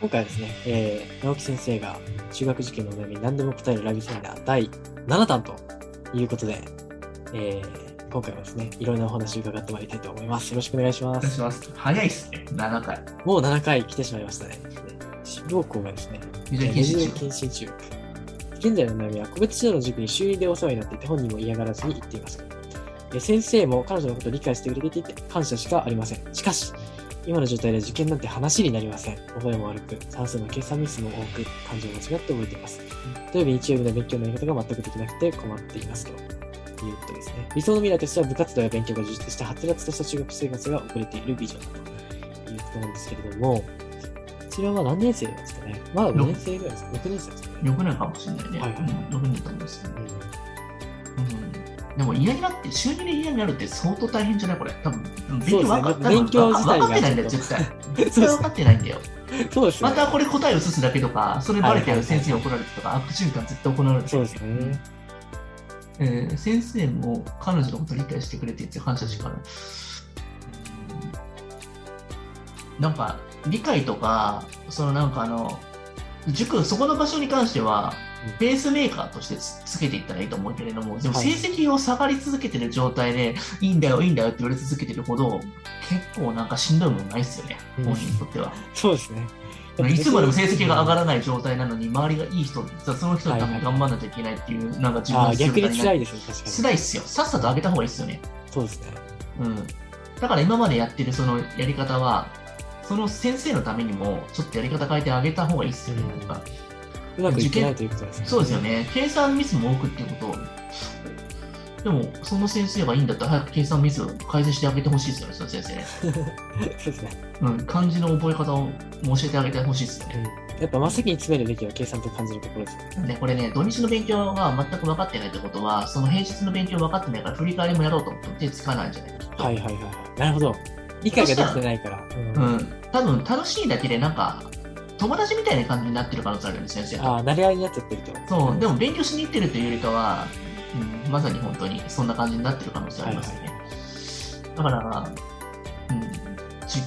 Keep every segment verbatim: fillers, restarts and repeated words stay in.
今回はですね、えー、直樹先生が中学受験のお悩みに何でも答えるライブセミナーだいななだんということで、えー、今回はですね、いろんなお話を伺ってまいりたいと思います。よろしくお願いします。 お願いします。早いっすね、ななかい。 もうななかい来てしまいましたね。志望校がですね、 非常に検診中。現在の悩みは個別指導の塾に週にでお世話になっていて本人も嫌がらずに言っています。先生も彼女のことを理解してくれていて感謝しかありません。しかし、今の状態で受験なんて話になりません。覚えも悪く、算数の計算ミスも多く、漢字を間違って覚えています。土曜日、日曜日の勉強のやり方が全くできなくて困っていますということですね。理想の未来としては部活動や勉強が充実してはつらつとした中学生活が遅れているビジョンだということなんですけれども、こちらは何年生なんですかね。まだごねん生ぐらいですか。ろくねん生ですかね。 よくねんかもしれないね。 はいはい、 ろくねんと思いますね。うんでも嫌になって、週にで嫌になるって相当大変じゃないこれ。多分勉強分かってないんだよ、絶対。絶対分かってないんだよ。 そうですね。 またこれ答えを移すだけとか、それバレてる先生に怒られるとか、悪循環絶対行われる。 そうですね。 えー、先生も彼女のことを理解してくれていて感謝しかない。なんか、理解とか、そのなんかあの、塾、そこの場所に関しては、ペースメーカーとしてつ, つけていったらいいと思うけれども、でも成績を下がり続けてる状態で、いいんだよ、いいんだよって言われ続けてるほど、結構なんかしんどいもんないですよね、本人にとっては。 そうですね。 いつまでも成績が上がらない状態なのに、周りがいい人、その人のために頑張らなきゃいけないっていう、なんか自分の逆に辛いですね、確かに。 辛いっすよ。さっさと上げた方がいいっすよね。 そうですね。 うん。だから今までやってるそのやり方は、その先生のためにも、ちょっとやり方変えてあげた方がいいっすよね。うん、なんかうまくいってないということですね。 そうですよね。計算ミスも多くっていうこと。でも、その先生がいいんだったら、早く計算ミスを改善してあげてほしいですよね、その先生ね。 そうですね。 うん、漢字の覚え方を教えてあげてほしいですよね。 うん、やっぱ真っ先に詰めるべきは計算と漢字のところですよね。 ね、これね、土日の勉強が全く分かってないってことは、その平日の勉強分かってないから、振り返りもやろうと思って手つかないんじゃないかと。 はいはいはい。なるほど。理解ができてないから。 うん、うん。多分、楽しいだけで、なんか、友達みたいな感じになってる可能性あるよね、先生と。 ああ、慣れ合いになっちゃってると。 そう、でも勉強しに行ってるというよりかは、うん、まさに本当にそんな感じになってる可能性ありますよね。はいはい、だから、うん、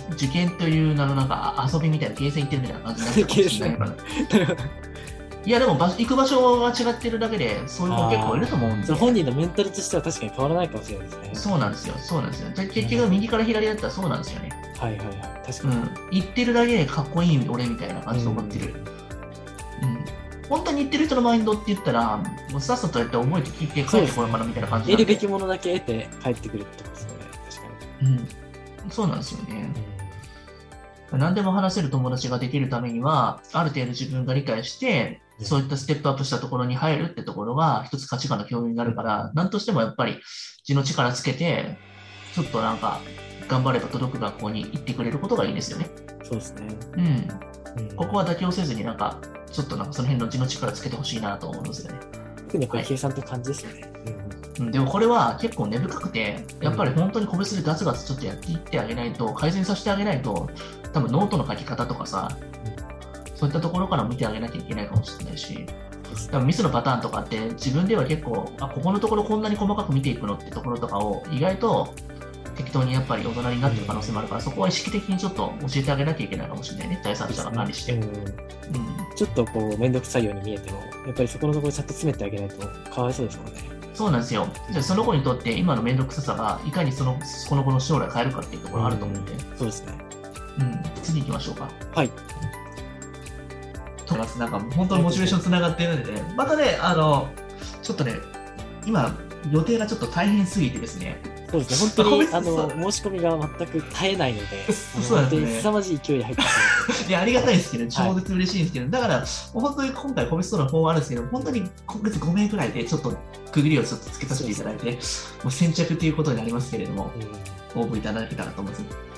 受験という名のなんか遊びみたいな、ゲーセン行ってるみたいな感じになってるかもしれないから。いや、でも場行く場所が違ってるだけで、そういう子結構いると思うんで。 本人のメンタルとしては確かに変わらないかもしれないですね。 そうなんですよ、そうなんですよ。結局、右から左だったらそうなんですよね。 はいはいはい、確かに。うん、 言ってるだけでかっこいい俺みたいな感じで思ってる。うん、うん、本当に言ってる人のマインドって言ったら、もうさっさとやって覚えて聞いて帰ってこようかなみたいな感じで。 得るべきものだけ得て帰ってくるってことですよね、確かに。うん、そうなんですよね。うん、何でも話せる友達ができるためには、ある程度自分が理解して、そういったステップアップしたところに入るってところが一つ価値観の共有になるから、何としてもやっぱり自の力つけて、ちょっとなんか頑張れば届く学校に行ってくれることがいいですよね。 そうですね。 うん。うん、ここは妥協せずになんか、ちょっとなんかその辺の自の力つけてほしいなと思うんですよね。 特にこれ計算と感じですよね。はい、 うん、でもこれは結構根深くて、やっぱり本当に個別でガツガツちょっとやっていってあげないと、改善させてあげないと、多分ノートの書き方とかさ、そういったところから見てあげなきゃいけないかもしれないし、多分ミスのパターンとかって自分では結構、あ、ここのところこんなに細かく見ていくのってところとかを意外と適当にやっぱり大人になってる可能性もあるから、そこは意識的にちょっと教えてあげなきゃいけないかもしれないね、第三者が管理して。うんうん、 ちょっとこう、めんどくさいように見えても、やっぱりそこのところちゃんと詰めてあげないとかわいそうですもんね。 そうなんですよ。じゃあその子にとって今のめんどくささがいかにそのこの子の将来変えるかっていうところあると思うんで。うん、 そうですね。 うん、次行きましょうか。 はい。 なんか本当にモチベーションつながっているので、ね、またね、あの、ちょっとね、今、予定がちょっと大変すぎてですね。 そうですね、本当にあの申し込みが全く絶えないので、そうですね、凄まじい勢いで入ってますいや、ありがたいですけど、超絶嬉しいんですけど、はい、だから、本当に今回、個別相談の方あるんですけど、本当に今月ごめいくらいで、ちょっと区切りをちょっとつけさせていただいて、もう先着ということになりますけれども、うん、応募いただけたらと思います。